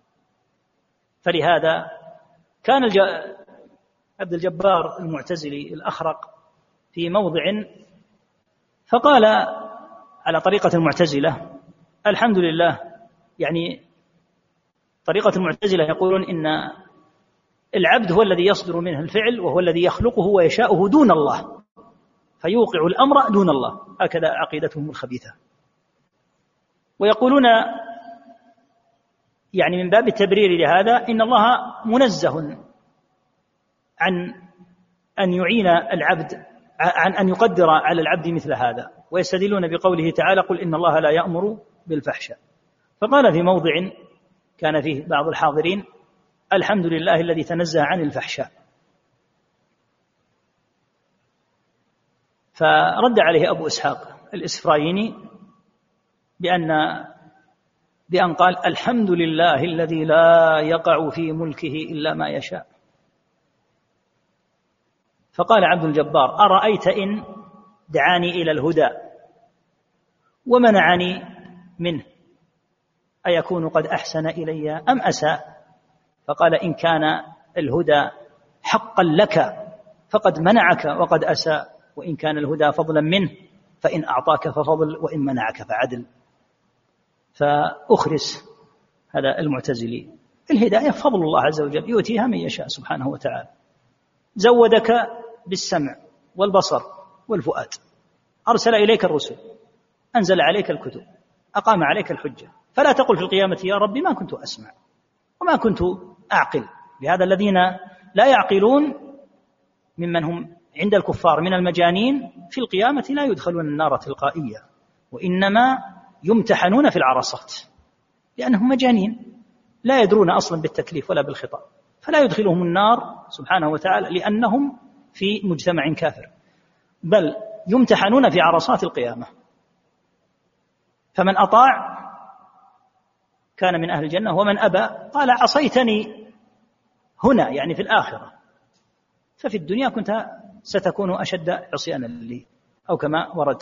فلهذا كان عبد الجبار المعتزلي الأخرق في موضع فقال على طريقة المعتزلة: الحمد لله، يعني طريقة المعتزلة يقولون إن العبد هو الذي يصدر منه الفعل، وهو الذي يخلقه ويشاؤه دون الله، فيوقع الأمر دون الله، هكذا عقيدتهم الخبيثة. ويقولون يعني من باب التبرير لهذا إن الله منزه عن أن يعين العبد، عن أن يقدر على العبد مثل هذا، ويستدلون بقوله تعالى: قل إن الله لا يأمر بالفحشاء. فقال في موضع كان فيه بعض الحاضرين: الحمد لله الذي تنزه عن الفحشاء. فرد عليه أبو إسحاق الإسفرايني بأن قال: الحمد لله الذي لا يقع في ملكه إلا ما يشاء. فقال عبد الجبار: أرأيت إن دعاني إلى الهدى ومنعني منه أيكون قد أحسن إلي أم أساء؟ فقال: إن كان الهدى حقا لك فقد منعك وقد أساء، وإن كان الهدى فضلا منه فإن أعطاك ففضل، وإن منعك فعدل. فأخرس هذا المعتزلي. الهداية فضل الله عز وجل يؤتيها من يشاء سبحانه وتعالى. زودك بالسمع والبصر والفؤاد، أرسل إليك الرسل، أنزل عليك الكتب، أقام عليك الحجة، فلا تقل في القيامة يا ربي ما كنت أسمع وما كنت أعقل. لهذا الذين لا يعقلون ممن هم عند الكفار من المجانين في القيامة لا يدخلون النار تلقائيا، وإنما يمتحنون في العرصات، لأنهم مجانين لا يدرون أصلا بالتكليف ولا بالخطاب، فلا يدخلهم النار سبحانه وتعالى لأنهم في مجتمع كافر، بل يمتحنون في عرصات القيامة. فمن أطاع كان من أهل الجنة، ومن أبى قال عصيتني هنا، يعني في الآخرة، ففي الدنيا كنت ستكون أشد عصيانا لي، أو كما ورد.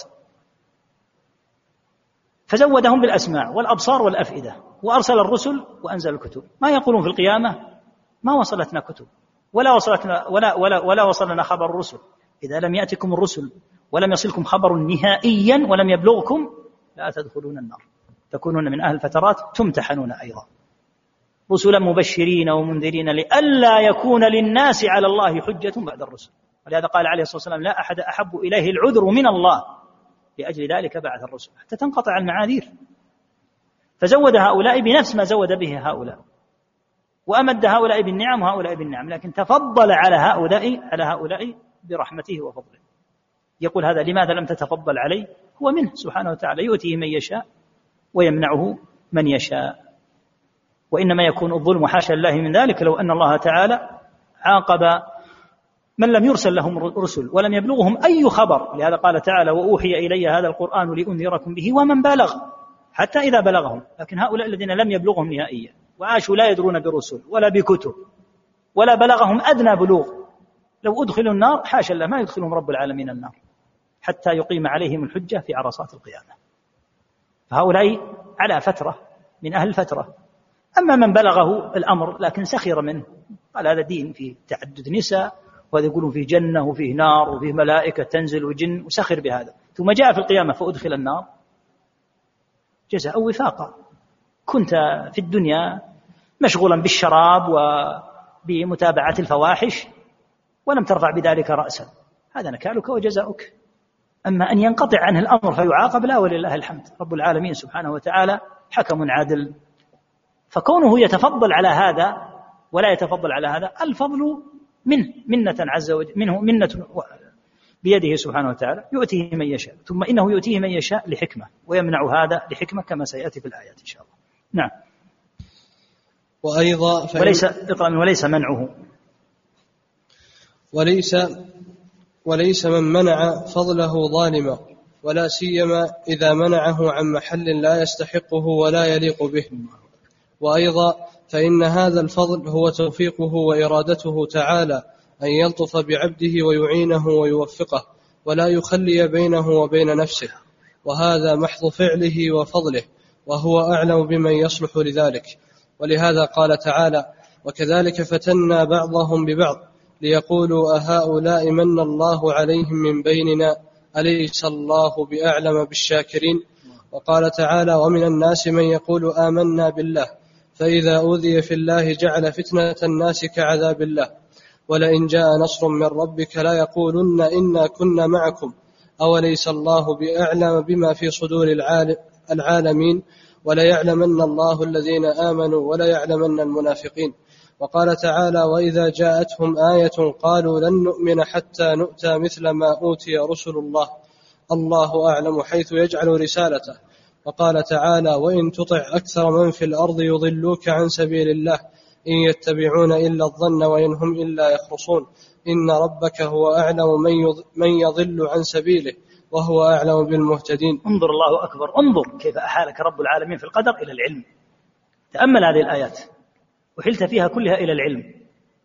فزودهم بالأسماع والأبصار والأفئدة، وأرسل الرسل وأنزل الكتب. ما يقولون في القيامة ما وصلتنا كتب ولا وصلنا خبر الرسل. إذا لم يأتكم الرسل ولم يصلكم خبر نهائيا ولم يبلغكم لا تدخلون النار، تكونون من أهل الفترات تمتحنون أيضا. رسلا مبشرين ومنذرين لئلا يكون للناس على الله حجة بعد الرسل. ولهذا قال عليه الصلاة والسلام: لا أحد أحب إليه العذر من الله، لأجل ذلك بعث الرسل حتى تنقطع المعاذير. فزود هؤلاء بنفس ما زود به هؤلاء، وأمد هؤلاء بالنعم وهؤلاء بالنعم، لكن تفضل على هؤلاء برحمته وفضله. يقول: هذا لماذا لم تتفضل عليه؟ هو منه سبحانه وتعالى، يؤتيه من يشاء ويمنعه من يشاء. وإنما يكون الظلم حاشا الله من ذلك لو أن الله تعالى عاقب من لم يرسل لهم رسل ولم يبلغهم أي خبر. لهذا قال تعالى: وأوحي إلي هذا القرآن لأنذركم به ومن بلغ، حتى إذا بلغهم. لكن هؤلاء الذين لم يبلغهم نهائيا وعاشوا لا يدرون برسل ولا بكتب ولا بلغهم أدنى بلوغ. لو أدخلوا النار حاشا الله ما يدخلهم رب العالمين النار حتى يقيم عليهم الحجة في عرصات القيامة. فهؤلاء على فترة من أهل الفترة. أما من بلغه الأمر لكن سخر منه، قال هذا دين فيه تعدد نساء، وهذا يقولون فيه جنة وفيه نار وفيه ملائكة تنزل وجن، وسخر بهذا، ثم جاء في القيامة فأدخل النار جزاء وفاقا. كنت في الدنيا مشغولا بالشراب وبمتابعة الفواحش ولم ترفع بذلك رأسا، هذا نكالك وجزاؤك. أما أن ينقطع عنه الأمر فيعاقب لا، ولله الحمد. رب العالمين سبحانه وتعالى حكم عادل، فكونه يتفضل على هذا ولا يتفضل على هذا الفضل منه، منة عز وجل، منه منة بيده سبحانه وتعالى، يؤتيه من يشاء، ثم إنه يؤتيه من يشاء لحكمة، ويمنع هذا لحكمة كما سيأتي في الآيات إن شاء الله. نعم. وأيضا وليس منعه، وليس من منع فضله ظالما، ولا سيما إذا منعه عن محل لا يستحقه ولا يليق به. وأيضا فإن هذا الفضل هو توفيقه وإرادته تعالى أن يلطف بعبده ويعينه ويوفقه، ولا يخلي بينه وبين نفسه، وهذا محض فعله وفضله، وهو أعلم بمن يصلح لذلك. ولهذا قال تعالى: وكذلك فتنا بعضهم ببعض ليقولوا أهؤلاء من الله عليهم من بيننا أليس الله بأعلم بالشاكرين. وقال تعالى: ومن الناس من يقول آمنا بالله فإذا أوذي في الله جعل فتنة الناس كعذاب الله ولئن جاء نصر من ربك لا يقولن إنا كنا معكم أوليس الله بأعلم بما في صدور العالمين وليعلمن الله الذين آمنوا وليعلمن المنافقين. وقال تعالى: وإذا جاءتهم آية قالوا لن نؤمن حتى نؤتى مثل ما أوتي رسل الله الله أعلم حيث يجعل رسالته. وقال تعالى: وإن تطع أكثر من في الأرض يضلوك عن سبيل الله إن يتبعون إلا الظن وإن هم إلا يخرصون إن ربك هو أعلم من يضل عن سبيله وهو أعلم بالمهتدين. انظر، الله أكبر، انظر كيف أحالك رب العالمين في القدر إلى العلم. تأمل هذه الآيات وحلت فيها كلها إلى العلم.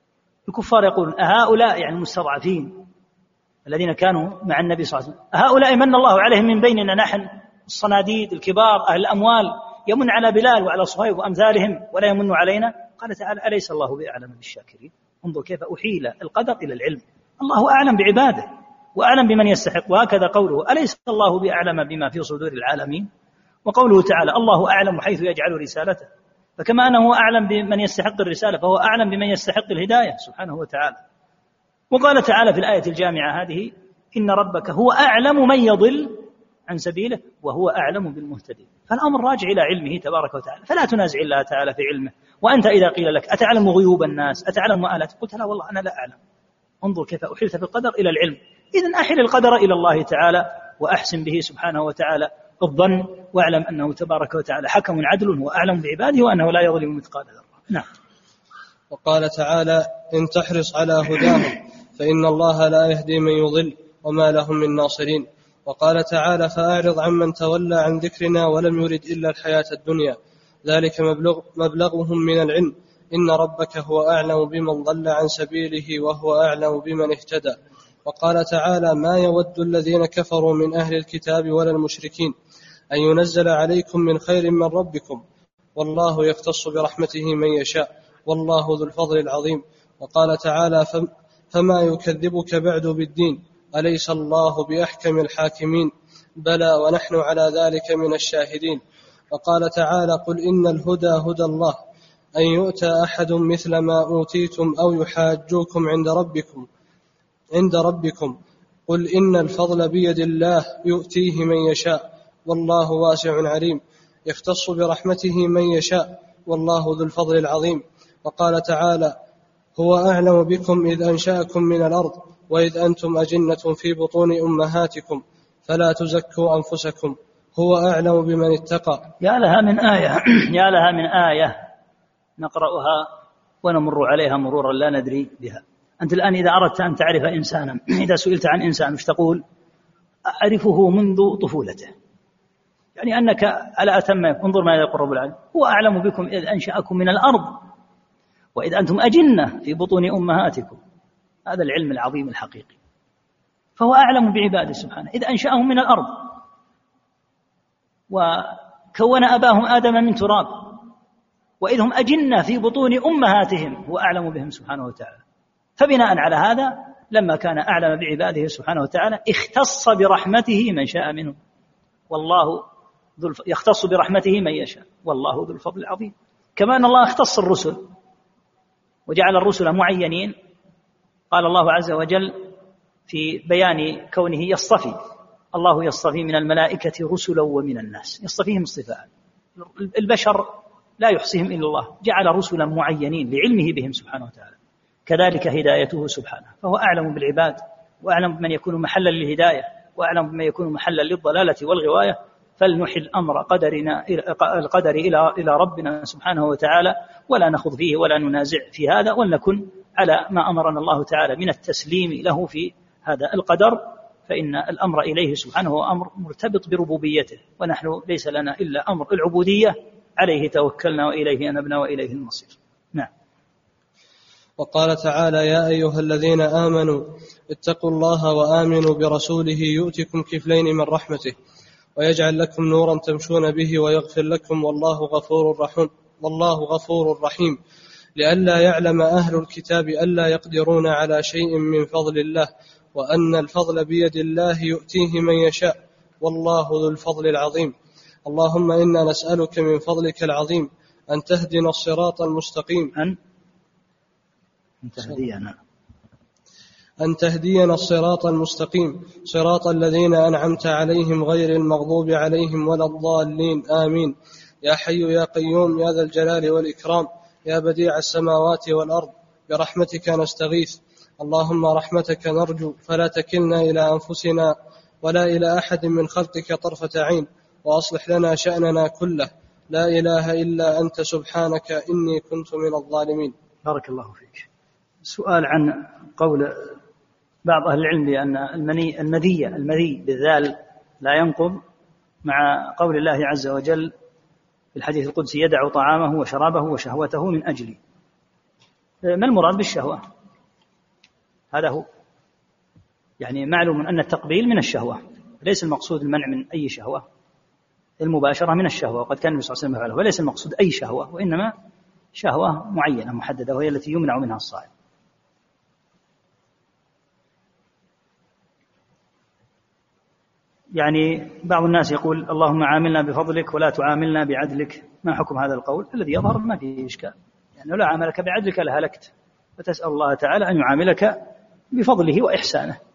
الكفار يقولون أهؤلاء، يعني المستضعفين الذين كانوا مع النبي صلى الله عليه وسلم، أهؤلاء من الله عليهم من بيننا نحن الصناديد الكبار أهل الأموال يمن على بلال وعلى صهيب وأمثالهم ولا يمن علينا. قال تعالى: أليس الله بأعلم بالشاكرين. انظر كيف أحيل القدر إلى العلم. الله أعلم بعباده وأعلم بمن يستحق. وهكذا قوله: أليس الله بأعلم بما في صدور العالمين. وقوله تعالى: الله أعلم حيث يجعل رسالته. فكما أنه أعلم بمن يستحق الرسالة فهو أعلم بمن يستحق الهداية سبحانه وتعالى. وقال تعالى في الآية الجامعة هذه: إن ربك هو أعلم من يضل عن سبيله وهو أعلم بالمهتدين. فالأمر راجع إلى علمه تبارك وتعالى، فلا تنازع الله تعالى في علمه. وأنت إذا قيل لك أتعلم غيوب الناس أتعلم مآلات، قلت لا والله أنا لا أعلم. انظر كيف أحلت بالقدر إلى العلم. إذن أحل القدر إلى الله تعالى وأحسن به سبحانه وتعالى الظن، واعلم أنه تبارك وتعالى حكم عدل وأعلم بعباده وأنه لا يظلم مثقال ذرة. نعم. وقال تعالى: إن تحرص على هداهم فإن الله لا يهدي من يضل وما لهم من ناصرين. وقال تعالى: فأعرض عمن تولى عن ذكرنا ولم يرد إلا الحياة الدنيا ذلك مبلغهم من العلم إن ربك هو أعلم بمن ضل عن سبيله وهو أعلم بمن اهتدى. وقال تعالى: ما يود الذين كفروا من أهل الكتاب ولا المشركين أن ينزل عليكم من خير من ربكم والله يختص برحمته من يشاء والله ذو الفضل العظيم. وقال تعالى: فما يكذبك بعد بالدين أليس الله بأحكم الحاكمين بلى ونحن على ذلك من الشاهدين. وقال تعالى: قل إن الهدى هدى الله أن يؤتى أحد مثل ما أوتيتم أو يحاجوكم عند ربكم قل إن الفضل بيد الله يؤتيه من يشاء والله واسع عليم يختص برحمته من يشاء والله ذو الفضل العظيم. وقال تعالى: هو أعلم بكم إذ أنشأكم من الأرض وإذ أنتم أجنة في بطون أمهاتكم فلا تزكوا أنفسكم هو أعلم بمن اتقى. يا لها من آية يا لها من آية نقرأها ونمر عليها مرورا لا ندري بها. أنت الآن إذا أردت أن تعرف إنسانا، إذا سئلت عن إنسان مش تقول؟ أعرفه منذ طفولته، يعني أنك على أتم. انظر ماذا يقول رب العالمين: هو أعلم بكم إذ أنشأكم من الأرض وإذ أنتم أجنة في بطون أمهاتكم. هذا العلم العظيم الحقيقي. فهو أعلم بعباده سبحانه، إذ أنشأهم من الأرض وكون أباهم آدم من تراب، وإذ هم أجنة في بطون أمهاتهم هو أعلم بهم سبحانه وتعالى. فبناء على هذا لما كان أعلم بعباده سبحانه وتعالى اختص برحمته من شاء منه، والله يختص برحمته من يشاء، والله ذو الفضل العظيم. كما أن الله اختص الرسل وجعل الرسل معينين. قال الله عز وجل في بيان كونه يصطفي، الله يصطفي من الملائكة رسلا ومن الناس، يصطفيهم اصطفاء. البشر لا يحصيهم إلا الله، جعل رسلا معينين لعلمه بهم سبحانه وتعالى. كذلك هدايته سبحانه، فهو أعلم بالعباد وأعلم بمن يكون محلا للهداية وأعلم بمن يكون محلا للضلالة والغواية. فلنحل أمر القدر إلى ربنا سبحانه وتعالى، ولا نخض فيه ولا ننازع في هذا، ولنكن على ما أمرنا الله تعالى من التسليم له في هذا القدر، فإن الأمر إليه سبحانه هو أمر مرتبط بربوبيته، ونحن ليس لنا إلا أمر العبودية، عليه توكلنا وإليه أنبنا وإليه المصير. نعم. وقال تعالى: يا أيها الذين آمنوا اتقوا الله وآمنوا برسوله يؤتكم كفلين من رحمته ويجعل لكم نورا تمشون به ويغفر لكم والله غفور رحيم. لئلا يعلم أهل الكتاب ألا يقدرون على شيء من فضل الله، وأن الفضل بيد الله يؤتيه من يشاء، والله ذو الفضل العظيم. اللهم إنا نسألك من فضلك العظيم أن تهدنا الصراط المستقيم، أن تهدينا الصراط المستقيم، صراط الذين أنعمت عليهم غير المغضوب عليهم ولا الضالين، آمين. يا حي يا قيوم يا ذا الجلال والإكرام، يا بديع السماوات والأرض، برحمتك نستغيث. اللهم رحمتك نرجو، فلا تكلنا إلى أنفسنا ولا إلى أحد من خلقك طرفة عين، وأصلح لنا شأننا كله، لا إله إلا أنت سبحانك إني كنت من الظالمين. بارك الله فيك. سؤال عن قول بعض أهل العلم بأن المذي بالذال لا ينقض، مع قول الله عز وجل في الحديث القدسي: يدع طعامه وشرابه وشهوته من أجلي. ما المراد بالشهوة؟ هذا هو، يعني معلوم أن التقبيل من الشهوة، ليس المقصود المنع من أي شهوة، المباشرة من الشهوة، وقد كان النبي صلى الله عليه وسلم يفعله، وليس المقصود أي شهوة، وإنما شهوة معينة محددة وهي التي يمنع منها الصائم. يعني بعض الناس يقول: اللهم عاملنا بفضلك ولا تعاملنا بعدلك. ما حكم هذا القول؟ الذي يظهر ما فيه إشكال، يعني لو عاملك بعدلك لهلكت، فتسأل الله تعالى أن يعاملك بفضله وإحسانه.